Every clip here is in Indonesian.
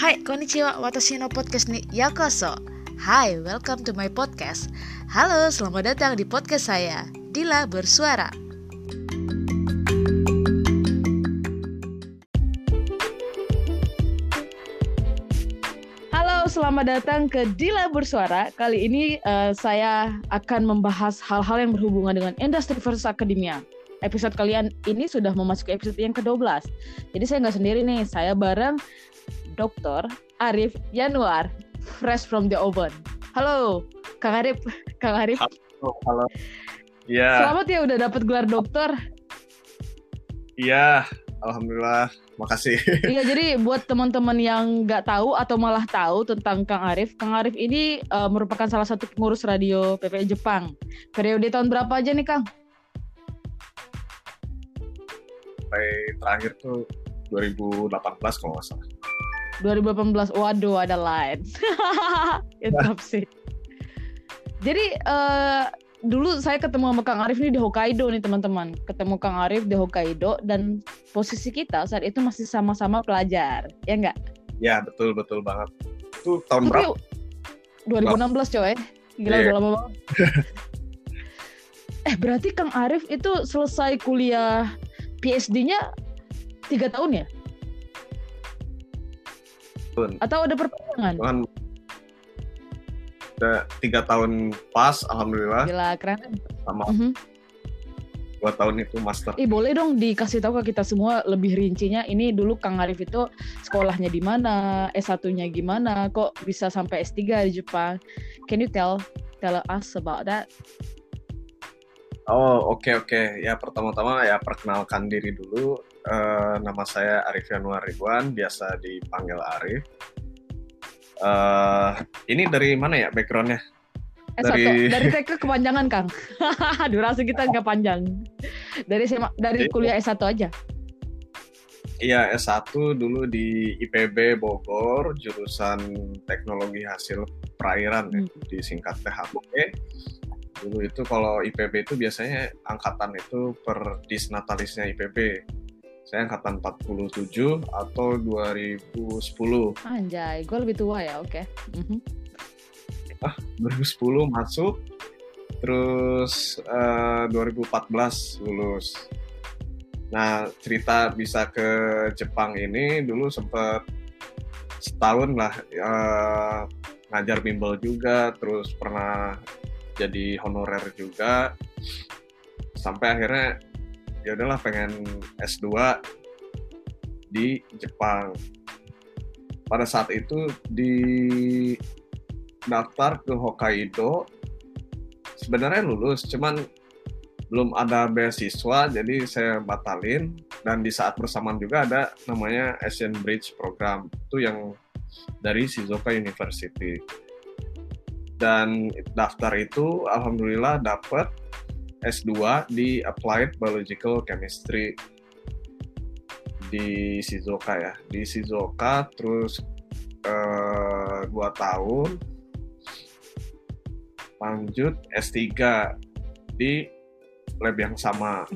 Hai, konnichiwa, watashi no podcast ni yakoso. Hai, welcome to my podcast. Halo, selamat datang di podcast saya, Dila Bersuara. Halo, selamat datang ke Dila Bersuara. Kali ini saya akan membahas hal-hal yang berhubungan dengan industri versus akademia. Episode kalian ini sudah memasuki episode yang ke-12. Jadi saya nggak sendiri nih, saya bareng Dr. Arif Yanuar, fresh from the oven. Halo, Kang Arif. Halo. Ya. Selamat ya udah dapat gelar dokter. Iya, alhamdulillah. Makasih. Iya, jadi buat teman-teman yang nggak tahu atau malah tahu tentang Kang Arif ini merupakan salah satu pengurus radio PPI Jepang. Periode tahun berapa aja nih, Kang? Sampai terakhir tuh 2018 kalau nggak salah. 2018, waduh ada line. Interupsi. Jadi dulu saya ketemu sama Kang Arif nih di Hokkaido nih teman-teman. Ketemu Kang Arif di Hokkaido dan posisi kita saat itu masih sama-sama pelajar, ya nggak? Ya betul banget. Itu tahun berapa? 2016 coy. Gila udah lama banget. Berarti Kang Arif itu selesai kuliah PhD-nya 3 tahun ya? Atau ada perpanjangan? Kan udah 3 tahun pas, alhamdulillah. Gila, keren. Sama 2 tahun itu master. Boleh dong dikasih tahu ke kita semua lebih rincinya. Ini dulu Kang Arif itu sekolahnya di mana, S1-nya gimana, kok bisa sampai S3 di Jepang. Can you tell us about that? Oh, oke. Ya, pertama-tama ya perkenalkan diri dulu. Nama saya Arif Yanuar Ridwan, biasa dipanggil Arif. Ini dari mana ya background-nya? Dari TK kepanjangan, Kang. Durasi kita nggak panjang. Dari kuliah S1 aja. Iya, S1 dulu di IPB Bogor, jurusan Teknologi Hasil Perairan, disingkat THP. Dulu itu kalau IPB itu biasanya angkatan itu per disnatalisnya IPB. Saya angkatan 47 atau 2010. Anjay, gue lebih tua ya, oke. 2010 masuk, terus 2014 lulus. Nah, cerita bisa ke Jepang ini dulu sempat setahun lah ngajar bimbel juga, terus pernah jadi honorer juga, sampai akhirnya ya udahlah pengen S2 di Jepang. Pada saat itu di daftar ke Hokkaido, sebenarnya lulus, cuman belum ada beasiswa, jadi saya batalin. Dan di saat bersamaan juga ada namanya Asian Bridge Program, itu yang dari Shizuoka University. Dan daftar itu alhamdulillah dapat S2 di Applied Biological Chemistry di Shizuoka ya. Di Shizuoka terus 2 tahun, lanjut S3 di lab yang sama.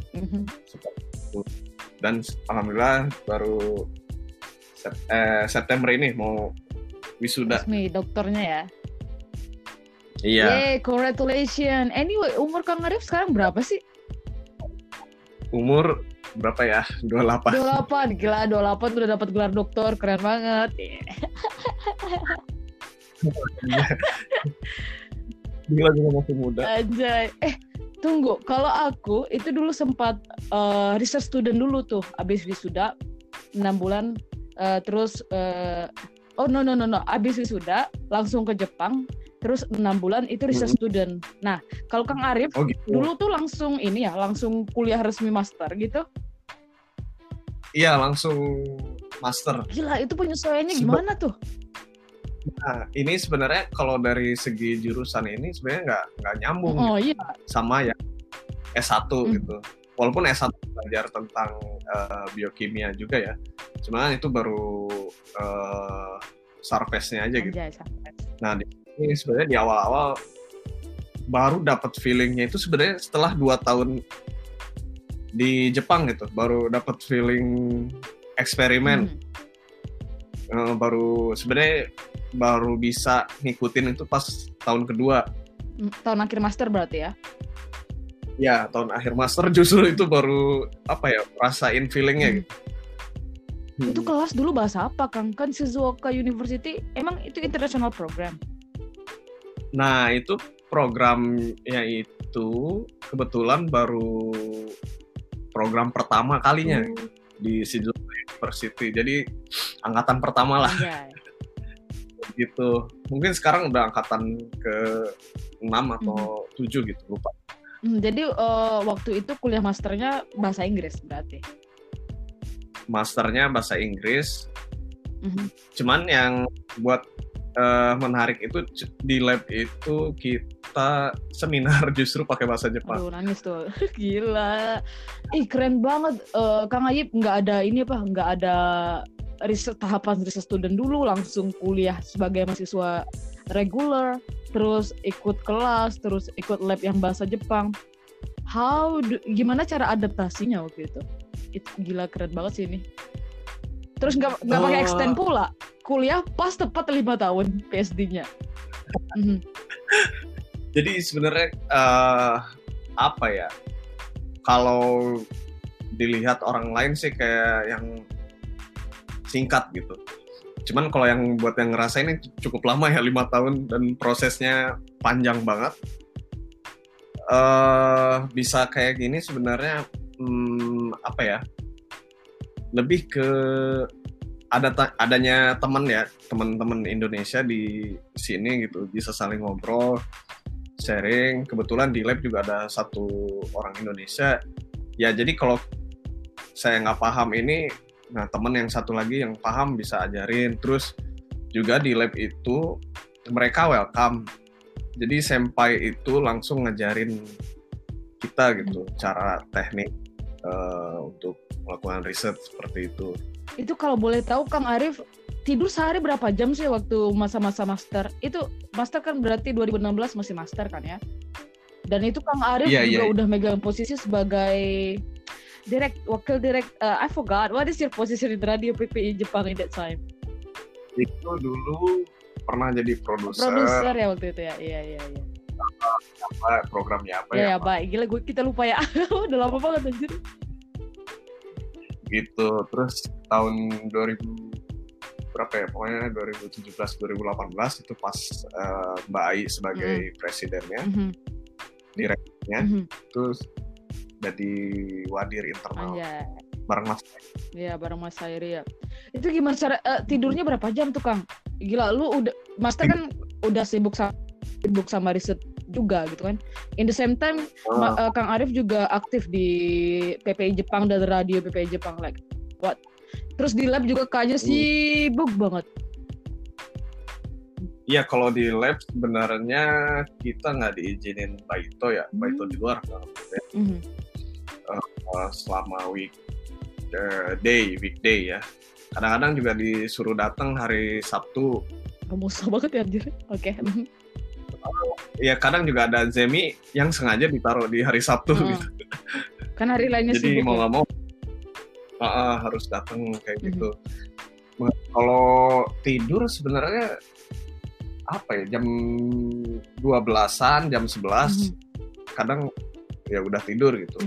Dan alhamdulillah baru September ini mau wisuda. Resmi dokternya ya. Iya. Yay, congratulations. Anyway, umur Kang Arif sekarang berapa sih? Umur berapa ya? 28. 28, gila 28 udah dapat gelar doktor, keren banget. Gila juga masih muda. Anjay. Tunggu, kalau aku itu dulu sempat research student dulu tuh, abis wisuda 6 bulan, terus abis wisuda langsung ke Jepang. Terus 6 bulan itu research student. Nah, kalau Kang Arif dulu tuh langsung kuliah resmi master gitu? Iya, langsung master. Gila, itu penyesuaiannya gimana tuh? Nah, ini sebenarnya kalau dari segi jurusan ini sebenarnya nggak nyambung sama yang S1 gitu. Walaupun S1 belajar tentang biokimia juga ya. Cuman itu baru surface-nya aja gitu. Nah, ini sebenarnya di awal-awal baru dapat feelingnya itu sebenarnya setelah 2 tahun di Jepang gitu, baru dapat feeling eksperimen. baru sebenarnya baru bisa ngikutin itu pas tahun kedua. Tahun akhir master berarti ya? Ya, tahun akhir master justru itu baru rasain feelingnya gitu. Itu kelas dulu bahasa apa, Kang? Kan Shizuoka University emang itu international program. Nah, itu programnya itu kebetulan baru program pertama kalinya di Shizuoka University. Jadi angkatan pertama lah. Gitu. Mungkin sekarang udah angkatan ke-6 atau 7 gitu, lupa. Jadi waktu itu kuliah masternya bahasa Inggris berarti? Masternya bahasa Inggris. Cuman yang buat menarik itu di lab itu kita seminar justru pakai bahasa Jepang. Aduh, nangis tuh. Gila. Keren banget. Kang Ayib nggak ada tahapan riset student dulu, langsung kuliah sebagai mahasiswa regular, terus ikut kelas, terus ikut lab yang bahasa Jepang. Gimana cara adaptasinya waktu itu? Itu gila, keren banget sih ini. Terus nggak pakai extend pula, kuliah pas tepat 5 tahun PSD-nya. Jadi sebenarnya kalau dilihat orang lain sih kayak yang singkat gitu. Cuman kalau yang buat yang ngerasain ini cukup lama ya, 5 tahun, dan prosesnya panjang banget. Bisa kayak gini sebenarnya lebih ke adanya teman-teman Indonesia di sini gitu, bisa saling ngobrol, sharing. Kebetulan di lab juga ada satu orang Indonesia. Ya jadi kalau saya nggak paham ini, nah teman yang satu lagi yang paham bisa ajarin. Terus juga di lab itu mereka welcome. Jadi senpai itu langsung ngajarin kita gitu cara teknik untuk melakukan riset seperti itu. Itu kalau boleh tahu Kang Arif, tidur sehari berapa jam sih waktu masa-masa master? Itu master kan berarti 2016 masih master kan ya? Dan itu Kang Arif udah megang posisi sebagai wakil direct. I forgot, what is your position in Radio PPI Jepang in that time? Itu dulu pernah jadi produser ya waktu itu ya. Iya. Programnya apa ya? Baik, gila kita lupa ya. Udah lama banget anjir. Gitu. Terus tahun 2000 berapa ya? Pokoknya 2017-2018 itu pas Mbak Ai sebagai presidennya, direkturnya, terus jadi wadir internal bareng Mas. Iya, bareng Mas Hairi ya. Itu gimana cara tidurnya berapa jam tuh Kang? Gila, lu udah master kan udah sibuk sama riset juga gitu kan. In the same time Kang Arif juga aktif di PPI Jepang dan radio PPI Jepang, like what? Terus di lab juga kayaknya sibuk banget. Iya, kalau di lab sebenarnya kita nggak diizinin Baito ya, Baito di luar selama weekday ya. Kadang-kadang juga disuruh datang hari Sabtu. Musuh banget ya anjir. Oke. Ya kadang juga ada Zemi yang sengaja ditaruh di hari Sabtu gitu. Kan hari lainnya jadi sibuk. Jadi mau nggak mau harus datang kayak gitu. Kalau tidur sebenarnya jam 12-an, jam 11 kadang ya udah tidur gitu.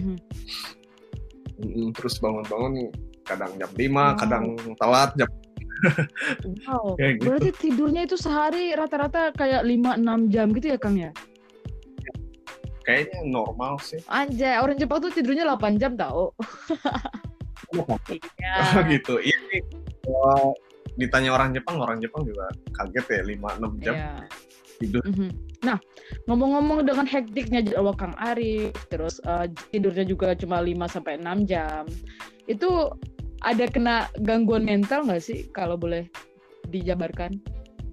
Terus bangun-bangun kadang jam 5, kadang telat jam. Wow. Gitu. Berarti tidurnya itu sehari rata-rata kayak 5-6 jam gitu ya Kang ya? Kayaknya normal sih. Anjay, orang Jepang tuh tidurnya 8 jam tau. Iya. Gitu. Ini ditanya orang Jepang juga kaget ya 5-6 jam tidur. Nah, ngomong-ngomong dengan hektiknya jadwal Kang Arif, terus tidurnya juga cuma 5-6 jam. Itu ada kena gangguan mental nggak sih kalau boleh dijabarkan?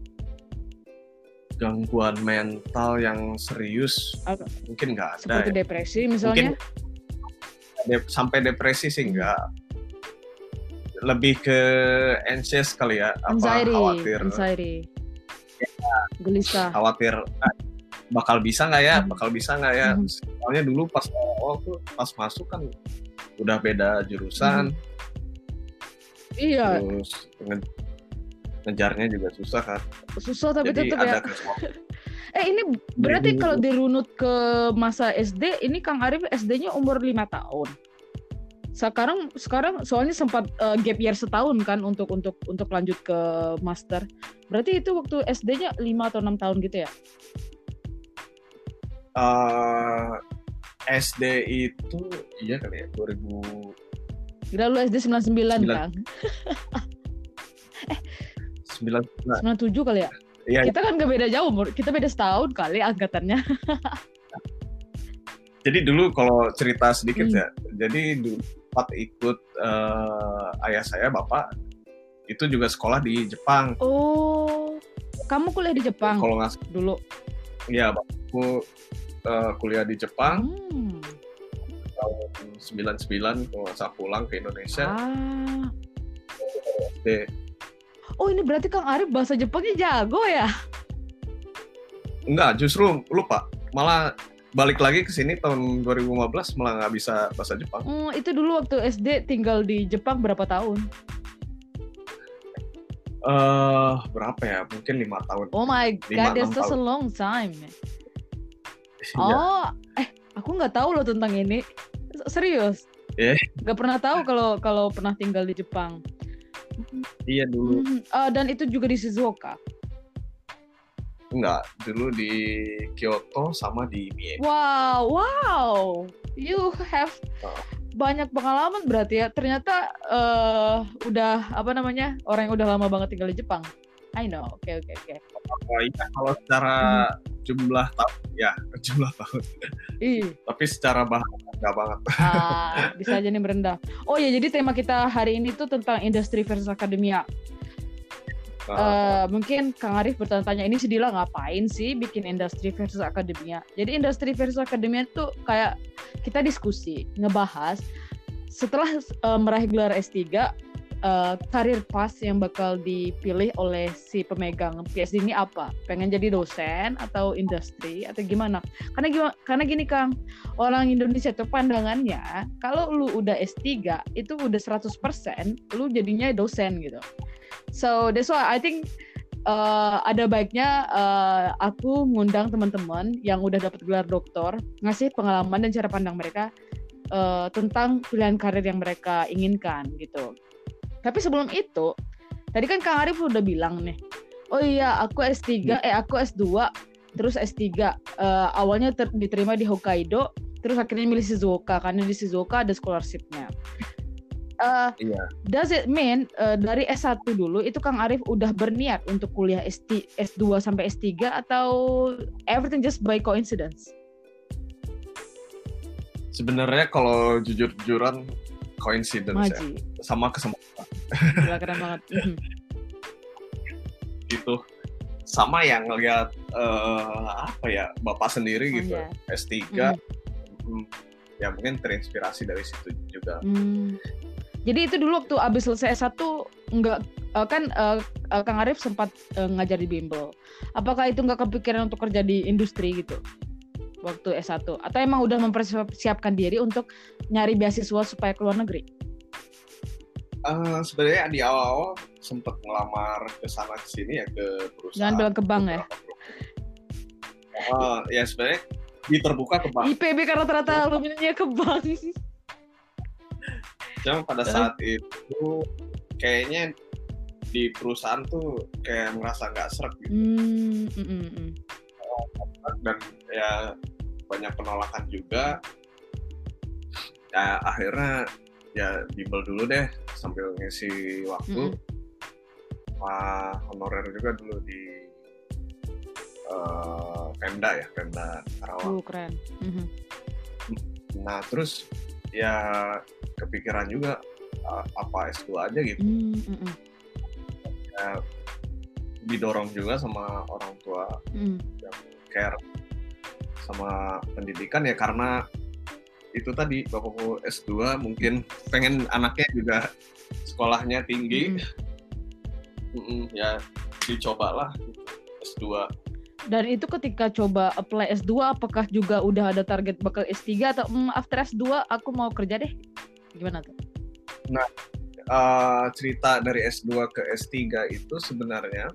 Gangguan mental yang serius mungkin nggak ada. Seperti depresi misalnya? Mungkin sampai depresi sih nggak. Lebih ke anxious kali ya, khawatir. Anxiety. Ya, gelisah. Khawatir bakal bisa nggak ya? Soalnya dulu pas awal tuh pas masuk kan udah beda jurusan. Iya. Terus ngejarnya juga susah kan. Susah tapi Jadi tetap ada ya. Ini berarti kalau dirunut ke masa SD, ini Kang Arif SD-nya umur 5 tahun. Sekarang soalnya sempat gap year setahun kan untuk lanjut ke master. Berarti itu waktu SD-nya 5 atau 6 tahun gitu ya? SD itu iya kali ya 2000. Gila lu SD 99 Kang. 97 kali ya? Iya. Kita kan gak beda jauh umur, kita beda setahun kali angkatannya. Jadi dulu kalau cerita sedikit ya, jadi dulu sempat ikut ayah saya, bapak, itu juga sekolah di Jepang. Oh, kamu kuliah di Jepang? Kalau nggak dulu? Iya, bapakku kuliah di Jepang. Tahun 99 kalau nggak salah pulang ke Indonesia. Oh, ini berarti Kang Arif bahasa Jepangnya jago ya? Enggak, justru lupa. Malah balik lagi ke sini tahun 2015 malah nggak bisa bahasa Jepang. Itu dulu waktu SD tinggal di Jepang berapa tahun? Berapa ya? Mungkin 5 tahun. Oh my God, that's such a long time. Oh, aku nggak tahu loh tentang ini. Serius? Nggak pernah tahu kalau pernah tinggal di Jepang. Iya dulu. Dan itu juga di Shizuoka? Enggak, dulu di Kyoto sama di Mie. Wow, you have banyak pengalaman berarti ya. Ternyata udah orang yang udah lama banget tinggal di Jepang. I know, oke. Iya, kalau secara jumlah tahun, tapi secara bahasa enggak banget. Bisa aja nih merendah. Oh ya, jadi tema kita hari ini tuh tentang industri versus akademia. Mungkin Kang Arif bertanya-tanya, ini sedihlah ngapain sih bikin industri versus akademia. Jadi industri versus akademia tuh kayak kita diskusi, ngebahas setelah meraih gelar S3, karir pas yang bakal dipilih oleh si pemegang PhD ini apa? Pengen jadi dosen atau industri atau gimana? Karena gini Kang, orang Indonesia tuh pandangannya kalau lu udah S3 itu udah 100% lu jadinya dosen gitu. So that's why I think ada baiknya aku ngundang teman-teman yang udah dapat gelar doktor, ngasih pengalaman dan cara pandang mereka tentang pilihan karir yang mereka inginkan gitu. Tapi sebelum itu, tadi kan Kang Arif udah bilang nih, oh iya aku aku S2, terus S3. Awalnya diterima di Hokkaido, terus akhirnya milih Shizuoka karena di Shizuoka ada scholarship-nya. Does it mean dari S1 dulu itu Kang Arif udah berniat untuk kuliah S2 sampai S3 atau everything just by coincidence? Sebenarnya kalau jujur-jujuran coincidence ya, sama kesempatan. Gila, keren banget. Gitu. Sama yang ngeliat bapak sendiri gitu, S3. Ya mungkin terinspirasi dari situ juga. Jadi itu dulu waktu abis selesai S1 Kang Arif sempat ngajar di bimbel. Apakah itu nggak kepikiran untuk kerja di industri gitu waktu S1? Atau emang udah mempersiapkan diri untuk nyari beasiswa supaya keluar negeri? Sebenarnya di awal sempat ngelamar ke sana ke sini ya, ke perusahaan. Jangan bilang ke bank ya. Ya sebenarnya terbuka ke bank. IPB karena rata-rata alumninya ke bank. Cuma pada saat itu kayaknya di perusahaan tuh kayak merasa nggak seret gitu. Dan ya banyak penolakan juga. Ya akhirnya ya bimbel dulu deh sambil ngisi waktu. Honorer juga dulu di Pemda Karawang. Keren. Nah terus ya kepikiran juga apa S2 aja gitu. Ya, didorong juga sama orang tua yang care sama pendidikan ya, karena itu tadi bapakku S2 mungkin pengen anaknya juga sekolahnya tinggi. Ya dicobalah gitu, S2. Dan itu ketika coba apply S2, apakah juga udah ada target bakal S3 atau after S2 aku mau kerja deh? Gimana tuh? Nah, cerita dari S2 ke S3 itu sebenarnya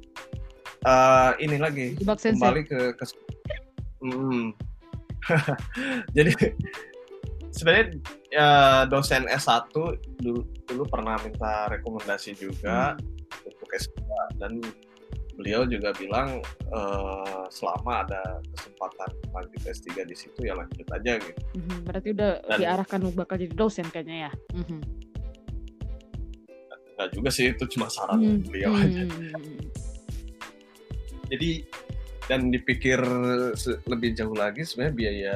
ini lagi Jebak sensei. kembali ke jadi sebenarnya dosen S1 dulu pernah minta rekomendasi juga untuk S2 dan beliau juga bilang selama ada kesempatan lanjut S3 di situ ya lanjut aja gitu. Berarti udah diarahkan bakal jadi dosen kayaknya ya. Enggak juga sih, itu cuma saran beliau aja. Jadi dan dipikir lebih jauh lagi sebenarnya biaya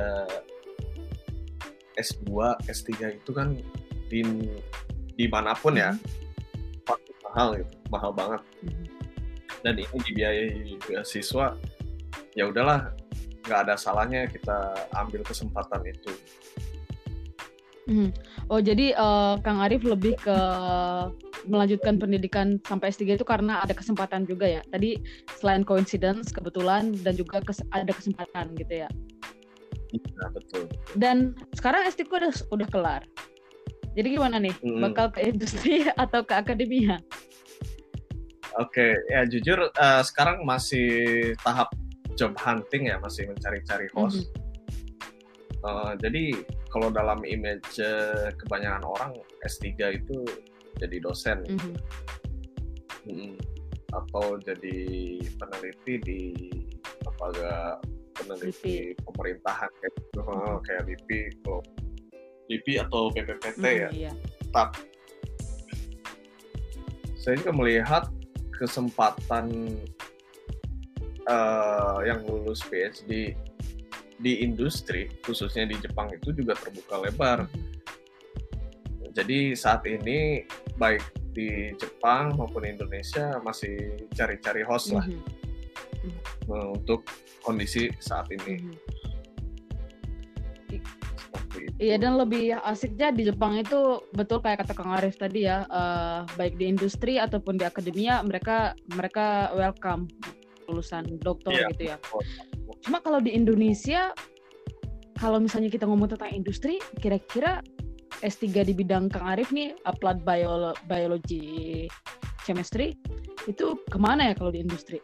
S2, S3 itu kan dimanapun ya pasti mahal gitu, mahal banget. Dan ini dibiayai beasiswa, ya udahlah, nggak ada salahnya kita ambil kesempatan itu. Oh jadi Kang Arif lebih ke melanjutkan pendidikan sampai S3 itu karena ada kesempatan juga ya. Tadi selain coincidence, kebetulan, dan juga ada kesempatan gitu ya. Iya, betul. Dan sekarang S3 udah kelar. Jadi gimana nih? Bakal ke industri atau ke akademia? Oke, ya jujur sekarang masih tahap job hunting ya, masih mencari-cari host. Jadi kalau dalam image kebanyakan orang S3 itu jadi dosen atau jadi peneliti di lembaga peneliti pemerintahan kayak LIPI atau BPPT ya. Iya. Tapi saya juga melihat kesempatan yang lulus PhD di industri, khususnya di Jepang itu juga terbuka lebar. Jadi saat ini baik di Jepang maupun Indonesia masih cari-cari host lah untuk kondisi saat ini. Iya, dan lebih asiknya di Jepang itu betul kayak kata Kang Arif tadi ya, baik di industri ataupun di akademia mereka welcome lulusan doktor gitu ya. Cuma kalau di Indonesia, kalau misalnya kita ngomong tentang industri, kira-kira S3 di bidang Kang Arif nih, applied biology, chemistry, itu kemana ya kalau di industri?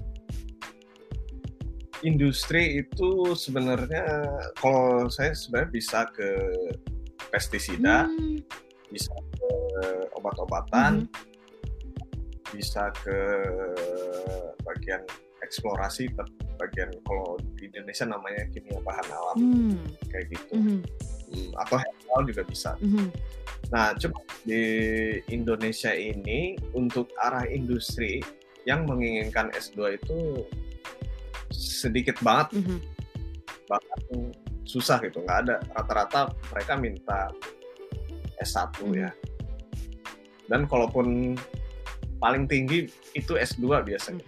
Industri itu sebenarnya kalau saya sebenarnya bisa ke pestisida, bisa ke obat-obatan, bisa ke bagian eksplorasi, bagian kalau di Indonesia namanya kimia bahan alam kayak gitu, atau herbal juga bisa. Nah, cuma di Indonesia ini untuk arah industri yang menginginkan S2 itu sedikit banget, bahkan susah gitu, nggak ada. Rata-rata mereka minta S1 ya. Dan kalaupun paling tinggi itu S2 biasanya.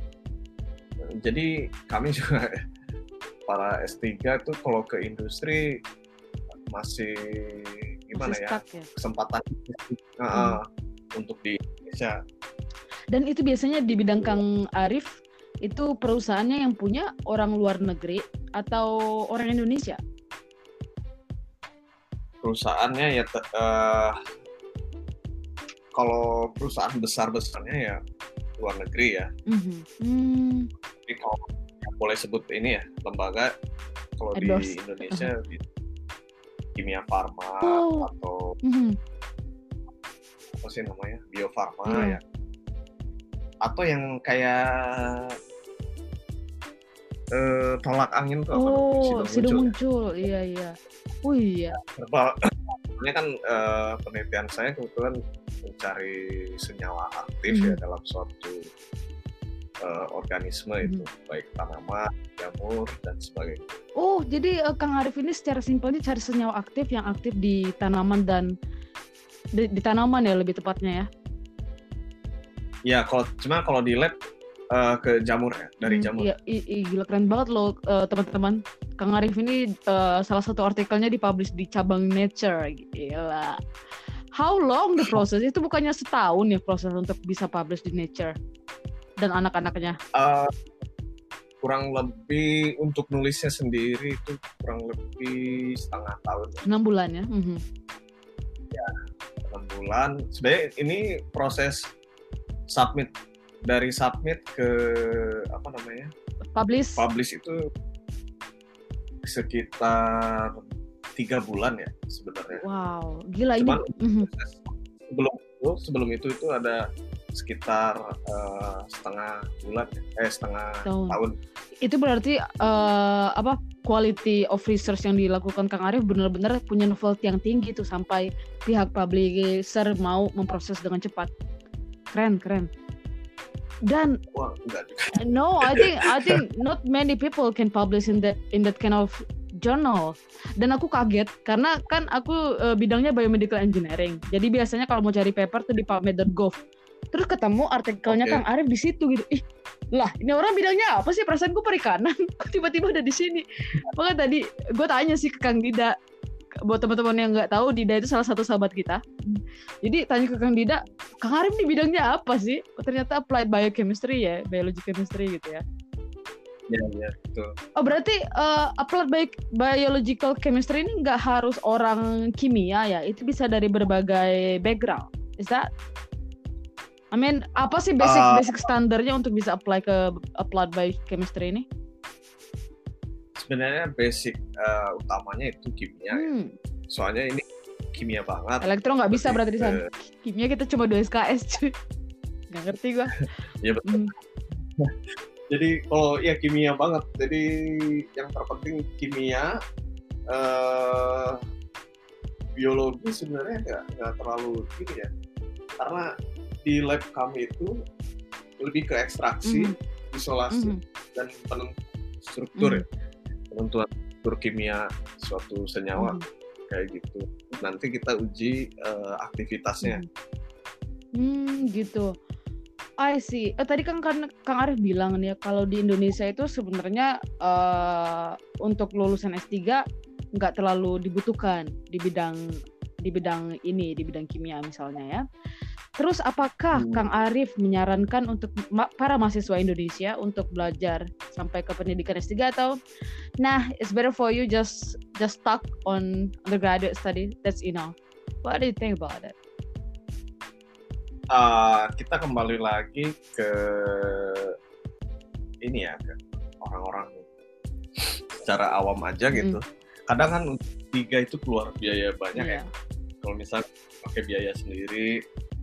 Jadi kami juga para S3 itu kalau ke industri masih gimana ya, kesempatan untuk di Indonesia. Dan itu biasanya di bidang Kang Arif itu perusahaannya yang punya orang luar negeri atau orang Indonesia? Perusahaannya ya kalau perusahaan besar-besarnya ya luar negeri ya. Tapi kalau boleh sebut ini ya lembaga, kalau di Indonesia di kimia farma atau apa sih namanya, bio farma ya, atau yang kayak tolak angin tuh sudah muncul. Iya. Oh iya. Ini kan penelitian saya kebetulan mencari senyawa aktif ya dalam suatu organisme itu, baik tanaman, jamur dan sebagainya. Oh, jadi Kang Arif ini secara simpelnya cari senyawa aktif yang aktif di tanaman dan di tanaman ya lebih tepatnya ya? Ya, kalau di lab ke jamur ya, dari jamur. Iya, gila keren banget loh teman-teman. Kang Arif ini salah satu artikelnya dipublish di cabang Nature. Gila. How long the process? Itu bukannya setahun ya proses untuk bisa publish di Nature dan anak-anaknya? Kurang lebih untuk nulisnya sendiri itu kurang lebih setengah tahun. 6 bulan ya? Ya, 6 bulan. bulan. Sebenarnya ini proses submit, dari submit ke publish itu sekitar 3 bulan ya sebenarnya. Wow, gila. Cuman ini. sebelum itu ada sekitar setengah tahun. Itu berarti quality of research yang dilakukan Kang Arif benar-benar punya novelty yang tinggi tuh sampai pihak publisher mau memproses dengan cepat. Keren. Dan wah, enggak juga. No, I think not many people can publish in that kind of journal. Dan aku kaget karena kan aku bidangnya biomedical engineering. Jadi biasanya kalau mau cari paper tuh di PubMed.gov. Terus ketemu artikelnya Kang Arif di situ gitu. Lah, ini orang bidangnya apa sih? Perasaan gue perikanan. Kok tiba-tiba ada di sini? Makanya tadi gue tanya sih ke Kang Dida. Buat teman-teman yang nggak tahu, Dida itu salah satu sahabat kita. Jadi tanya ke Kang Dida, Kang Arif ini bidangnya apa sih? Oh, ternyata applied biochemistry ya, biology chemistry gitu ya. Iya, betul. Oh, berarti applied biological chemistry ini nggak harus orang kimia ya? Itu bisa dari berbagai background. Is that? I mean, apa sih basic standarnya untuk bisa apply ke applied biochemistry ini? Sebenarnya basic utamanya itu kimia. Ya. Soalnya ini kimia banget. Elektro nggak bisa berarti di sana. Kimia kita cuma 2 SKS cuy. Nggak ngerti gua. Iya betul. Jadi ya kimia banget. Jadi yang terpenting kimia, biologi sebenarnya nggak terlalu gini ya. Karena di lab kami itu lebih ke ekstraksi, isolasi, dan penentuan struktur ya. Penentuan struktur kimia suatu senyawa kayak gitu. Nanti kita uji aktivitasnya. Gitu. I see. Tadi kan Kang Arif bilang nih ya, kalau di Indonesia itu sebenarnya untuk lulusan S3 nggak terlalu dibutuhkan di bidang ini, di bidang kimia misalnya ya. Terus apakah Kang Arif menyarankan untuk para mahasiswa Indonesia untuk belajar sampai ke pendidikan S3 atau it's better for you just stuck on undergraduate study, that's enough. What do you think about it? Kita kembali lagi ke ini ya, ke orang-orang secara awam aja gitu. Kadang kan tiga itu keluar biaya banyak ya. Kalau misalnya pakai biaya sendiri,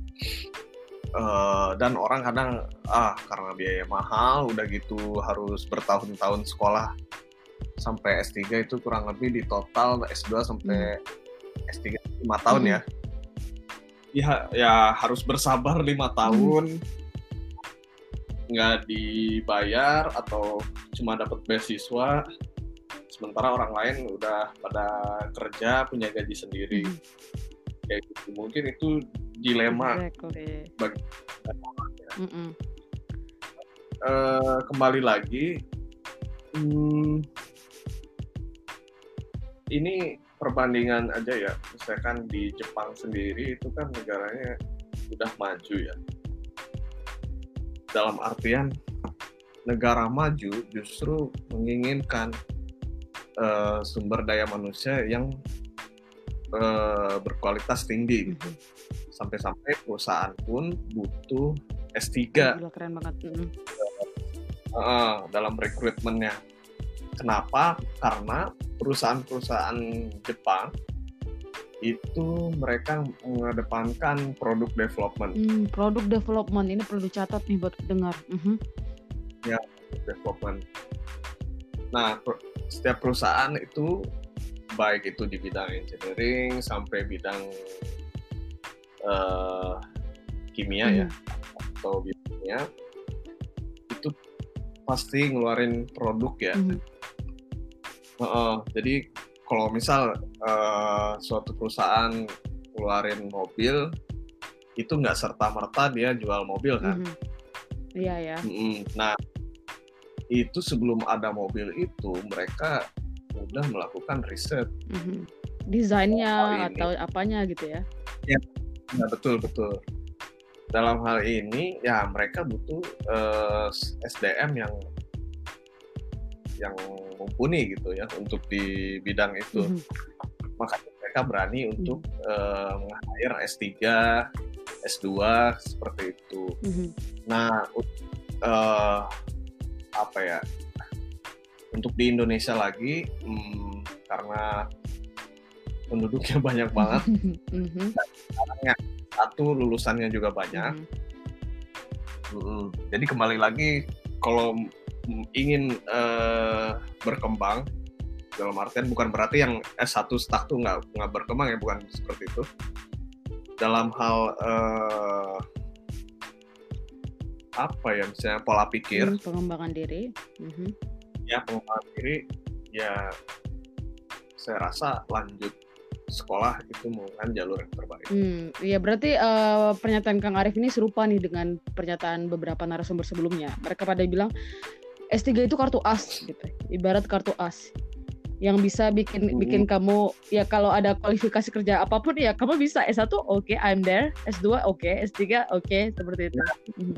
dan orang kadang karena biaya mahal, udah gitu harus bertahun-tahun sekolah sampai S3 itu kurang lebih di total S2 sampai S3 5 tahun ya. Ya harus bersabar 5 tahun nggak dibayar atau cuma dapat beasiswa, sementara orang lain udah pada kerja punya gaji sendiri. Kayak gitu. Mungkin itu dilema bagi orang ya. Kembali lagi, ini perbandingan aja ya, misalkan di Jepang sendiri itu kan negaranya udah maju ya. Dalam artian negara maju justru menginginkan sumber daya manusia yang berkualitas tinggi gitu. Sampai-sampai perusahaan pun butuh S3. Gila, keren banget. Dalam rekrutmennya. Kenapa? Karena perusahaan-perusahaan Jepang itu mereka mengedepankan produk development. Produk development ini perlu dicatat nih buat pendengar. Ya, development. Nah, setiap perusahaan itu baik itu di bidang engineering sampai bidang kimia ya atau biokimia itu pasti ngeluarin produk ya. Jadi kalau misal suatu perusahaan ngeluarin mobil itu nggak serta-merta dia jual mobil kan. Iya ya. Nah itu sebelum ada mobil itu mereka udah melakukan riset, desainnya atau apanya gitu ya. Ya betul. Dalam hal ini ya mereka butuh SDM yang mumpuni gitu ya untuk di bidang itu. Makanya mereka berani untuk meng-hire S3, S2 seperti itu. Nah, apa ya? Untuk di Indonesia lagi, karena penduduknya banyak banget, dan orangnya satu, lulusannya juga banyak. Jadi kembali lagi, kalau ingin berkembang, dalam artian bukan berarti yang S1 stuck tuh nggak berkembang ya, bukan seperti itu. Dalam hal apa ya, misalnya pola pikir, pengembangan diri. Ya, pengembangan diri, ya saya rasa lanjut sekolah itu merupakan jalur yang terbaik. Ya berarti pernyataan Kang Arif ini serupa nih dengan pernyataan beberapa narasumber sebelumnya. Mereka pada bilang S3 itu kartu as gitu. Ibarat kartu as yang bisa bikin kamu, ya kalau ada kualifikasi kerja apapun ya kamu bisa. S1 oke, I'm there. S2 oke, S3 oke, seperti itu.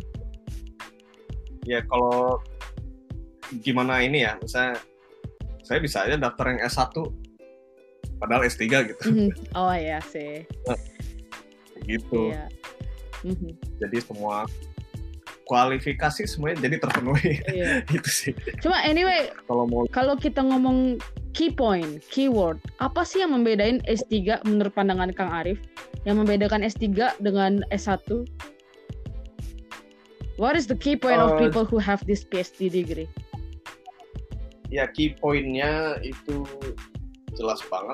Ya kalau gimana ini ya, misalnya saya bisa aja daftar yang S1 padahal S3 gitu. Oh ya sih. Gitu. Iya. Jadi semua kualifikasi semuanya jadi terpenuhi. Iya. Itu sih. Cuma anyway, kalau kita ngomong key point, keyword, apa sih yang membedain S3 menurut pandangan Kang Arif? Yang membedakan S3 dengan S1? What is the key point of people who have this PhD degree? Ya, key point-nya itu jelas banget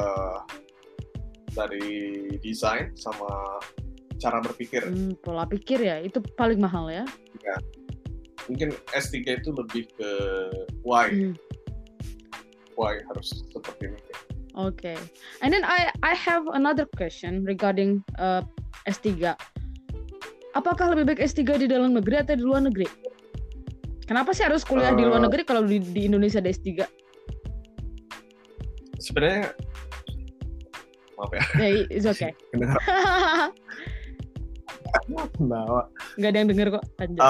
dari desain sama cara berpikir. Pola pikir ya, itu paling mahal ya? Ya. Mungkin S3 itu lebih ke why. Why harus seperti ini. Okay. And then I have another question regarding S3. Apakah lebih baik S3 di dalam negeri atau di luar negeri? Kenapa sih harus kuliah di luar negeri kalau di Indonesia ada S3? Sebenarnya maaf ya. It's okay. Nggak ada yang denger kok.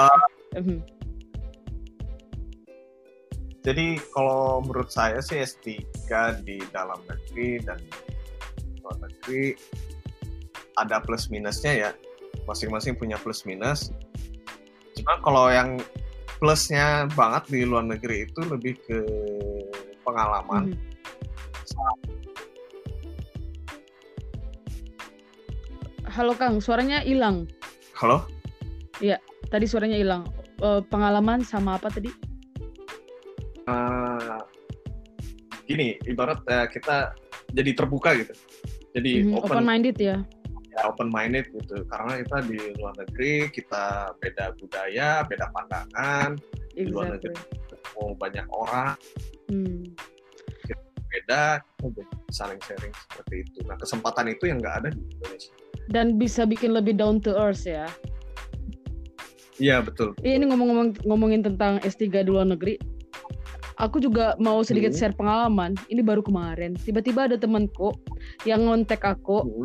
Jadi kalau menurut saya sih S3 di dalam negeri dan luar negeri ada plus minusnya ya. Masing-masing punya plus minus. Cuma kalau yang plusnya banget di luar negeri itu lebih ke pengalaman. Halo Kang, suaranya hilang. Halo? Iya, tadi suaranya hilang. Pengalaman sama apa tadi? Gini, ibarat kita jadi terbuka gitu. Jadi open-minded ya? Ya, open-minded gitu. Karena kita di luar negeri, kita beda budaya, beda pandangan. Di luar negeri ketemu banyak orang. Beda, kita saling sharing seperti itu. Nah, kesempatan itu yang nggak ada di Indonesia. Dan bisa bikin lebih down to earth ya? Iya, betul. Ini ngomongin tentang S3 di luar negeri. Aku juga mau sedikit share pengalaman. Ini baru kemarin. Tiba-tiba ada temanku yang ngontek aku.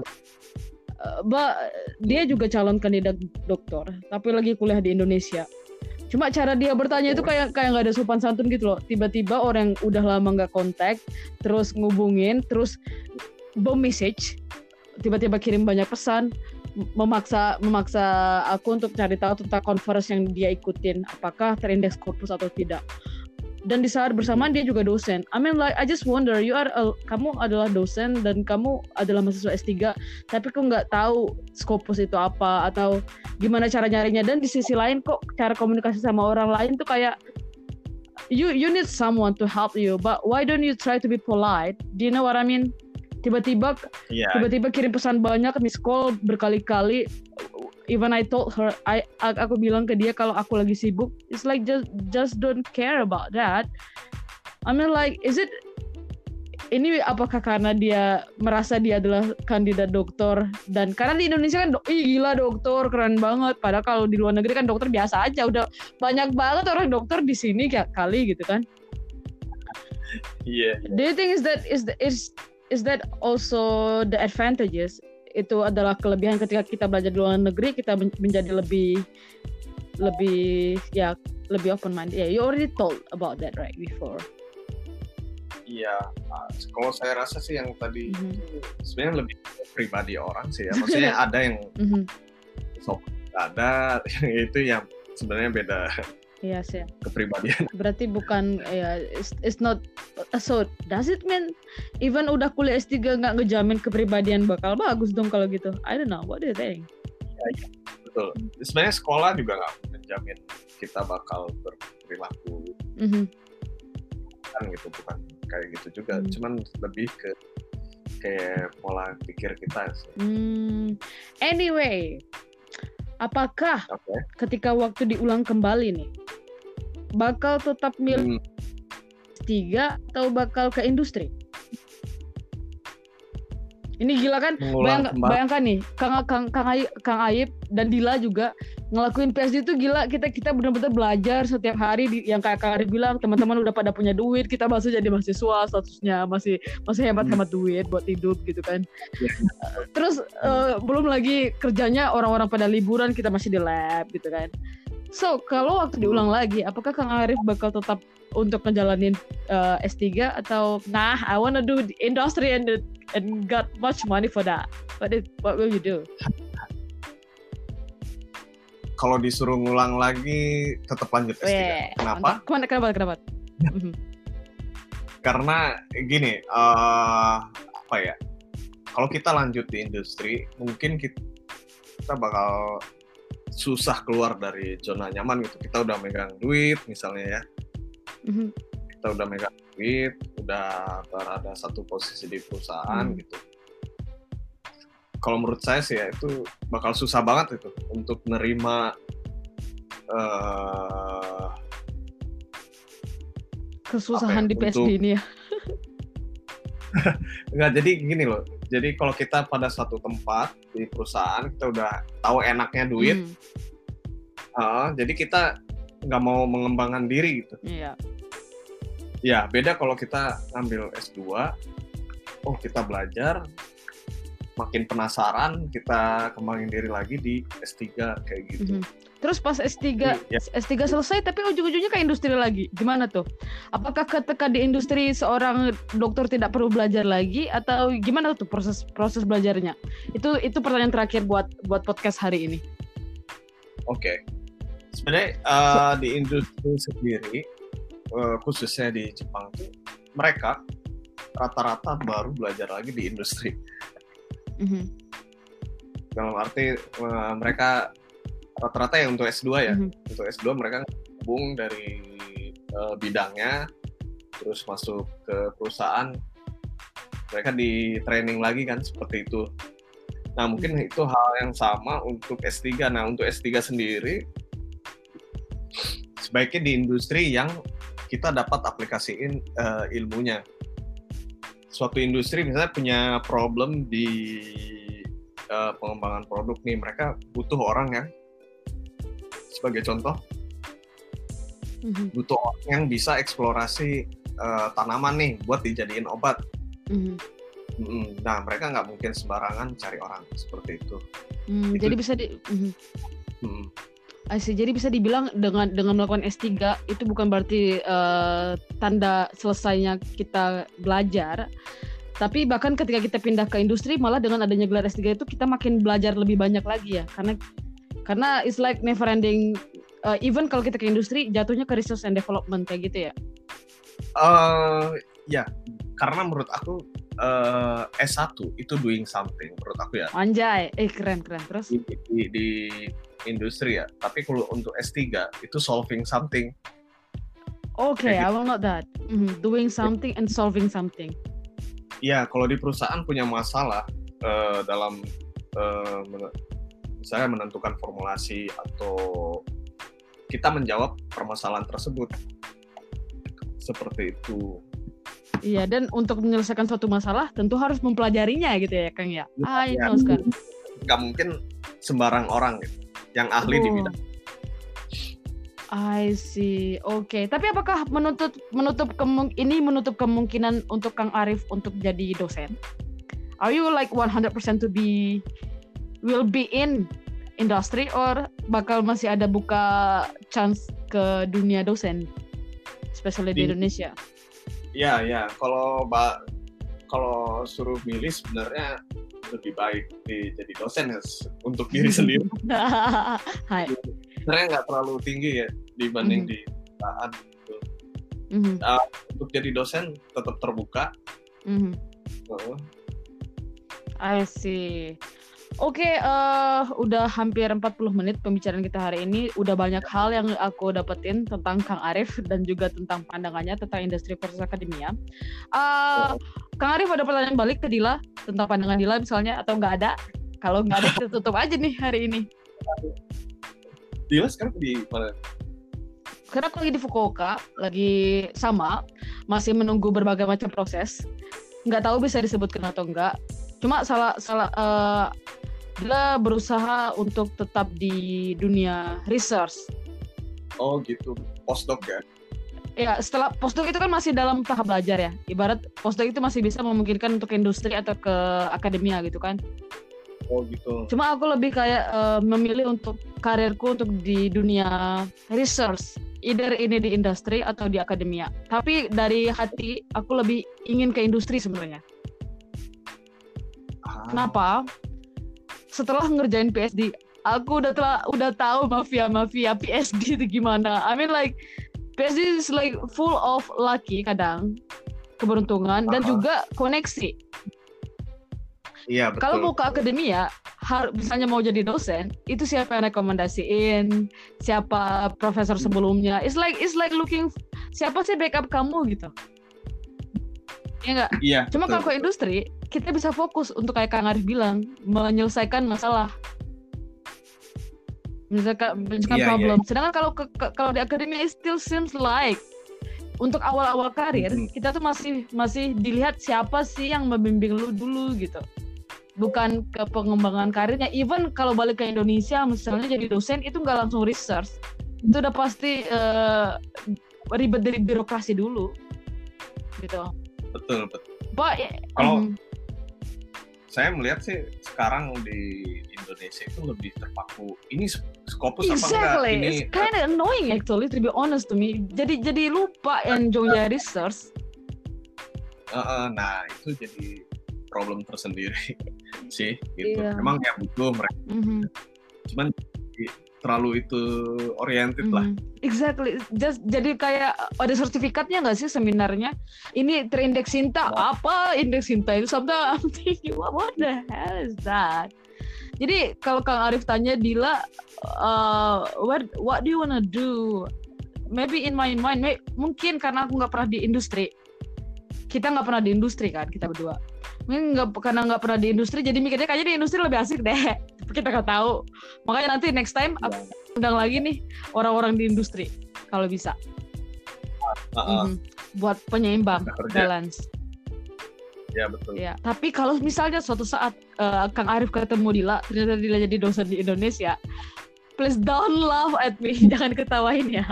Dia juga calon kandidat doktor, tapi lagi kuliah di Indonesia. Cuma cara dia bertanya itu kayak nggak ada sopan santun gitu loh. Tiba-tiba orang yang udah lama nggak kontak, terus ngubungin, terus bomb message, tiba-tiba kirim banyak pesan, memaksa aku untuk cari tahu tentang conference yang dia ikutin, apakah terindeks Scopus atau tidak. Dan di saat bersamaan dia juga dosen. I mean like I just wonder, kamu adalah dosen dan kamu adalah mahasiswa S3, tapi kok nggak tahu Scopus itu apa atau gimana cara nyarinya. Dan di sisi lain kok cara komunikasi sama orang lain tuh kayak you need someone to help you, but why don't you try to be polite? Do you know what I mean? Tiba-tiba kirim pesan banyak, miss call berkali-kali. Even I told her, aku bilang ke dia kalau aku lagi sibuk. It's like just don't care about that. I mean like, ini apakah karena dia merasa dia adalah kandidat doktor, dan karena di Indonesia kan gila dokter keren banget, padahal kalau di luar negeri kan dokter biasa aja, udah banyak banget orang dokter di sini kali gitu kan. Iya. Do you think is that also the advantages? Itu adalah kelebihan ketika kita belajar di luar negeri, kita menjadi lebih open minded. Yeah, you already told about that right before. Iya, kalau saya rasa sih yang tadi sebenarnya lebih pribadi orang sih ya. Maksudnya ada yang ada itu yang sebenarnya beda. Iya sih. Kepribadian. Berarti bukan ya, it's not so does it mean even udah kuliah S3 nggak ngejamin kepribadian bakal bagus dong kalau gitu? I don't know, what do you think? Ya, betul. Sebenarnya sekolah juga nggak menjamin kita bakal berperilaku kan gitu, bukan kayak gitu juga. Cuman lebih ke kayak pola pikir kita sih. Anyway, apakah ketika waktu diulang kembali nih bakal tetap milih S3 atau bakal ke industri? Ini gila kan? Bayangkan nih, Kang Ayib dan Dila juga ngelakuin PSD itu gila. Kita benar-benar belajar setiap hari yang kayak Kang Ayib bilang, teman-teman udah pada punya duit, kita masih jadi mahasiswa, statusnya masih hemat-hemat duit buat hidup gitu kan. Terus belum lagi kerjanya orang-orang pada liburan, kita masih di lab gitu kan. So, kalau waktu diulang lagi, apakah Kang Arif bakal tetap untuk ngejalanin S3 atau I wanna do the industry and got much money for that? What will you do? Kalau disuruh ngulang lagi, tetap lanjut S3. Kenapa? Kenapa? Karena gini, apa ya? Kalau kita lanjut di industri, mungkin kita bakal susah keluar dari zona nyaman gitu. Kita udah megang duit misalnya ya. Kita udah megang duit, udah berada satu posisi di perusahaan gitu. Kalau menurut saya sih ya itu bakal susah banget itu untuk nerima kesusahan di PSD ini ya. Enggak, jadi gini loh. Jadi kalau kita pada satu tempat di perusahaan, kita udah tahu enaknya duit, jadi kita nggak mau mengembangkan diri gitu. Iya. Ya, beda kalau kita ngambil S2, kita belajar, makin penasaran, kita kembangin diri lagi di S3 kayak gitu. Terus pas S3 selesai tapi ujung-ujungnya ke industri lagi. Gimana tuh? Apakah ketika di industri seorang dokter tidak perlu belajar lagi atau gimana tuh proses belajarnya? Itu pertanyaan terakhir buat podcast hari ini. Oke. Sebenarnya di industri sendiri khususnya di Jepang tuh mereka rata-rata baru belajar lagi di industri. Dalam arti mereka rata-rata ya untuk S2 ya. Untuk S2 mereka gabung dari bidangnya, terus masuk ke perusahaan, mereka di training lagi kan seperti itu. Nah mungkin itu hal yang sama untuk S3. Nah untuk S3 sendiri sebaiknya di industri yang kita dapat aplikasiin ilmunya. Suatu industri misalnya punya problem di pengembangan produk nih, mereka butuh orang yang sebagai contoh butuh orang yang bisa eksplorasi tanaman nih buat dijadiin obat. Nah mereka nggak mungkin sembarangan cari orang seperti itu. Jadi bisa jadi bisa dibilang dengan melakukan S3 itu bukan berarti tanda selesainya kita belajar, tapi bahkan ketika kita pindah ke industri malah dengan adanya gelar S3 itu kita makin belajar lebih banyak lagi ya, karena it's like never ending. Even kalau kita ke industri jatuhnya ke research and development kayak gitu ya. Ya, karena menurut aku S1 itu doing something menurut aku ya. Anjay, keren. Terus di industri ya. Tapi kalau untuk S3 itu solving something. Okay, I will note that. Doing something and solving something. Ya, kalau di perusahaan punya masalah dalam misalnya menentukan formulasi atau kita menjawab permasalahan tersebut. Seperti itu. Iya, dan untuk menyelesaikan suatu masalah tentu harus mempelajarinya gitu ya, Kang ya. Itu kan. Nggak mungkin sembarang orang gitu, yang ahli di bidang. I see. Oke. Tapi apakah menutup kemungkinan untuk Kang Arif untuk jadi dosen? Are you like 100% will be in industry or bakal masih ada buka chance ke dunia dosen, especially di Indonesia? Ya, kalau suruh milih sebenarnya lebih baik jadi dosen ya, untuk diri sendiri. Hai. Sebenarnya nggak terlalu tinggi ya dibanding di perusahaan gitu. Untuk jadi dosen tetap terbuka. I see. Oke, udah hampir 40 menit pembicaraan kita hari ini. Udah banyak hal yang aku dapetin tentang Kang Arif dan juga tentang pandangannya tentang industri versus akademia. Kang Arif ada pertanyaan balik ke Dila tentang pandangan Dila misalnya, atau nggak ada? Kalau nggak ada, kita tutup aja nih hari ini. Dila sekarang di mana? Karena aku lagi di Fukuoka, lagi sama, masih menunggu berbagai macam proses. Nggak tahu bisa disebutkan atau enggak. Cuma dia berusaha untuk tetap di dunia research. Oh gitu, postdoc ya? Ya, setelah postdoc itu kan masih dalam tahap belajar ya. Ibarat postdoc itu masih bisa memungkinkan untuk industri atau ke akademia gitu kan. Oh gitu. Cuma aku lebih kayak memilih untuk karirku untuk di dunia research. Either ini di industri atau di akademia. Tapi dari hati aku lebih ingin ke industri sebenarnya. Kenapa? Setelah ngerjain PhD, aku udah tahu mafia PhD itu gimana. I mean like PhD is like full of lucky kadang, keberuntungan dan juga koneksi. Iya betul. Kalau mau ke akademia, misalnya mau jadi dosen, itu siapa yang rekomendasiin, siapa profesor sebelumnya. It's like looking siapa sih backup kamu gitu. Ya enggak? Iya. Cuma kalau ke industri, kita bisa fokus untuk kayak Kang Arif bilang, menyelesaikan masalah. Menyelesaikan problem. Sedangkan kalau di akademia, it still seems like untuk awal-awal karir, kita tuh masih dilihat siapa sih yang membimbing lu dulu gitu. Bukan ke pengembangan karirnya. Even kalau balik ke Indonesia, misalnya jadi dosen, itu nggak langsung research. Itu udah pasti ribet dari birokrasi dulu. Gitu. Betul. Kalau saya melihat sih sekarang di Indonesia itu lebih terpaku. Ini Scopus apa enggak? Ini it's kind of annoying actually, to be honest to me. Jadi lupa enjoy research. Nah itu jadi problem tersendiri sih. Gitu. Yeah. Memang ya butuh mereka. Cuman terlalu itu oriented lah. Exactly. Jadi kayak ada sertifikatnya nggak sih seminarnya? Ini terindeks Sinta. Apa indeks Sinta itu? Sometimes I'm thinking, what the hell is that? Jadi kalau Kang Arif tanya Dila, what do you wanna do? Maybe in my mind, mungkin karena aku nggak pernah di industri. Kita nggak pernah di industri kan, kita berdua. Mungkin karena nggak pernah di industri, jadi mikirnya kayaknya di industri lebih asik deh. Kita nggak tahu. Makanya nanti next time aku undang lagi nih orang-orang di industri kalau bisa. Buat penyeimbang, balance. Ya betul. Ya. Tapi kalau misalnya suatu saat Kang Arif ketemu Dila, ternyata Dila jadi dosen di Indonesia, please don't laugh at me, jangan ketawain ya.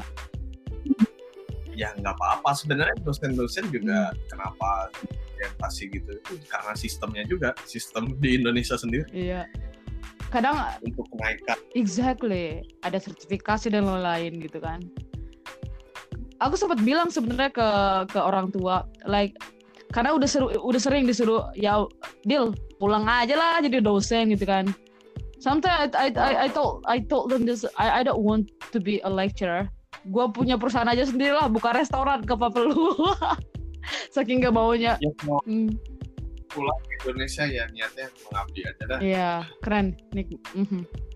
Ya nggak apa-apa. Sebenarnya dosen-dosen juga kenapa orientasi gitu itu karena sistemnya juga, sistem di Indonesia sendiri. Iya. Kadang untuk kenaikan. Exactly. Ada sertifikasi dan lain-lain gitu kan. Aku sempat bilang sebenarnya ke orang tua, like karena udah sering disuruh ya Dil pulang aja lah jadi dosen gitu kan. Sometimes I told them this, I don't want to be a lecturer. Gue punya perusahaan aja sendiri lah, buka restoran ke perlu. Saking gak maunya. Ya, pulang ke Indonesia ya niatnya mengabdi aja dah. Iya, keren.